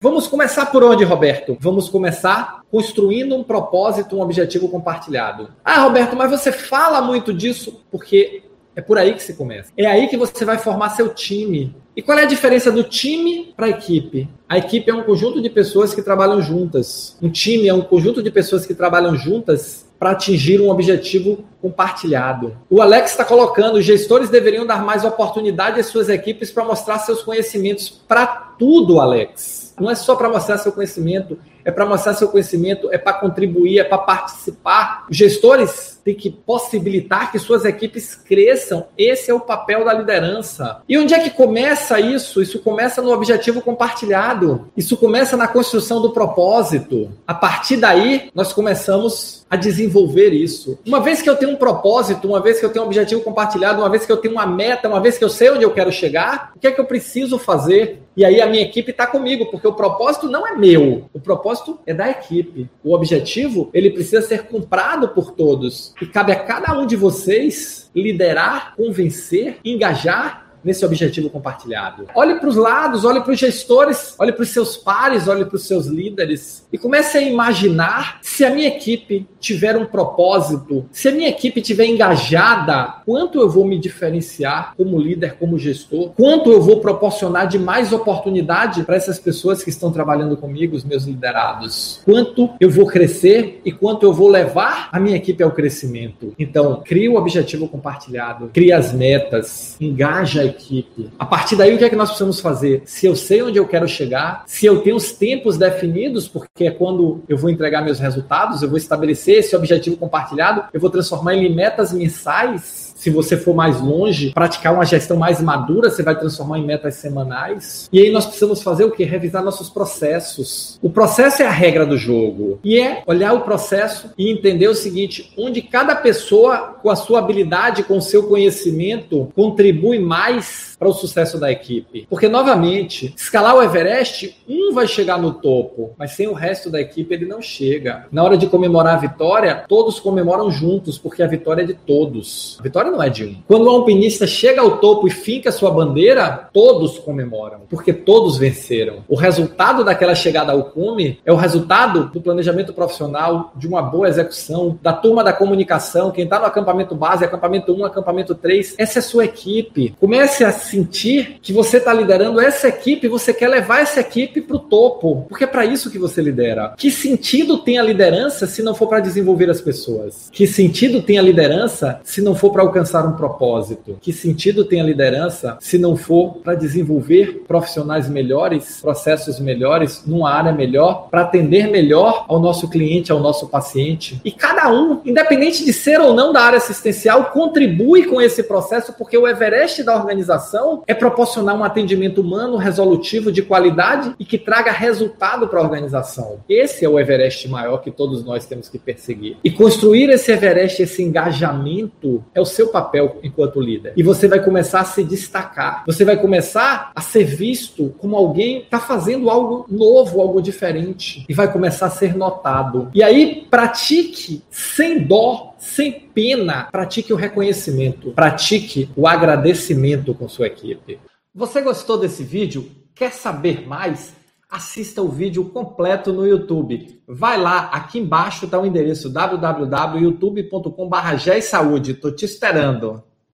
Vamos começar por onde, Roberto? Vamos começar construindo um propósito, um objetivo compartilhado. Ah, Roberto, mas você fala muito disso porque é por aí que se começa. É aí que você vai formar seu time. E qual é a diferença do time para a equipe? A equipe é um conjunto de pessoas que trabalham juntas. Um time é um conjunto de pessoas que trabalham juntas para atingir um objetivo compartilhado. O Alex está colocando, os gestores deveriam dar mais oportunidade às suas equipes para mostrar seus conhecimentos para tudo, Alex. Não é só para mostrar seu conhecimento, é para mostrar seu conhecimento, é para contribuir, é para participar. Os gestores têm que possibilitar que suas equipes cresçam. Esse é o papel da liderança. E onde é que começa isso? Isso começa no objetivo compartilhado. Isso começa na construção do propósito. A partir daí, nós começamos a desenvolver isso. Uma vez que eu tenho um propósito, uma vez que eu tenho um objetivo compartilhado, uma vez que eu tenho uma meta, uma vez que eu sei onde eu quero chegar, o que é que eu preciso fazer? E aí a minha equipe está comigo, porque o propósito não é meu. O propósito é da equipe. O objetivo, ele precisa ser comprado por todos. E cabe a cada um de vocês liderar, convencer, engajar nesse objetivo compartilhado. Olhe para os lados, olhe para os gestores, olhe para os seus pares, olhe para os seus líderes e comece a imaginar se a minha equipe tiver um propósito, se a minha equipe estiver engajada, quanto eu vou me diferenciar como líder, como gestor, quanto eu vou proporcionar de mais oportunidade para essas pessoas que estão trabalhando comigo, os meus liderados, quanto eu vou crescer e quanto eu vou levar a minha equipe ao crescimento. Então, crie o objetivo compartilhado, crie as metas, engaja a equipe. A partir daí, o que é que nós precisamos fazer? Se eu sei onde eu quero chegar, se eu tenho os tempos definidos, porque é quando eu vou entregar meus resultados, eu vou estabelecer esse objetivo compartilhado, eu vou transformar ele em metas mensais. Se você for mais longe, praticar uma gestão mais madura, você vai transformar em metas semanais. E aí nós precisamos fazer o quê? Revisar nossos processos. O processo é a regra do jogo. E é olhar o processo e entender o seguinte, onde cada pessoa, com a sua habilidade, com o seu conhecimento, contribui mais para o sucesso da equipe. Porque, novamente, escalar o Everest, um vai chegar no topo, mas sem o resto da equipe ele não chega. Na hora de comemorar a vitória, todos comemoram juntos, porque a vitória é de todos. A vitória não é de um. Quando o alpinista chega ao topo e finca sua bandeira, todos comemoram, porque todos venceram. O resultado daquela chegada ao cume é o resultado do planejamento profissional, de uma boa execução, da turma da comunicação, quem está no acampamento base, acampamento 1, acampamento 3, essa é a sua equipe. Comece a sentir que você está liderando essa equipe, você quer levar essa equipe para o topo, porque é para isso que você lidera. Que sentido tem a liderança se não for para desenvolver as pessoas? Que sentido tem a liderança se não for para alcançar um propósito? Que sentido tem a liderança se não for para desenvolver profissionais melhores, processos melhores, numa área melhor, para atender melhor ao nosso cliente, ao nosso paciente? E cada um, independente de ser ou não da área assistencial, contribui com esse processo, porque o Everest da organização é proporcionar um atendimento humano, resolutivo, de qualidade e que traga resultado para a organização. Esse é o Everest maior que todos nós temos que perseguir. E construir esse Everest, esse engajamento, é o seu papel enquanto líder. E você vai começar a se destacar. Você vai começar a ser visto como alguém que está fazendo algo novo, algo diferente. E vai começar a ser notado. E aí, pratique sem dó, sem pena, pratique o reconhecimento, pratique o agradecimento com sua equipe. Você gostou desse vídeo? Quer saber mais? Assista o vídeo completo no YouTube. Vai lá, aqui embaixo está o endereço www.youtube.com/gesaude. Estou te esperando.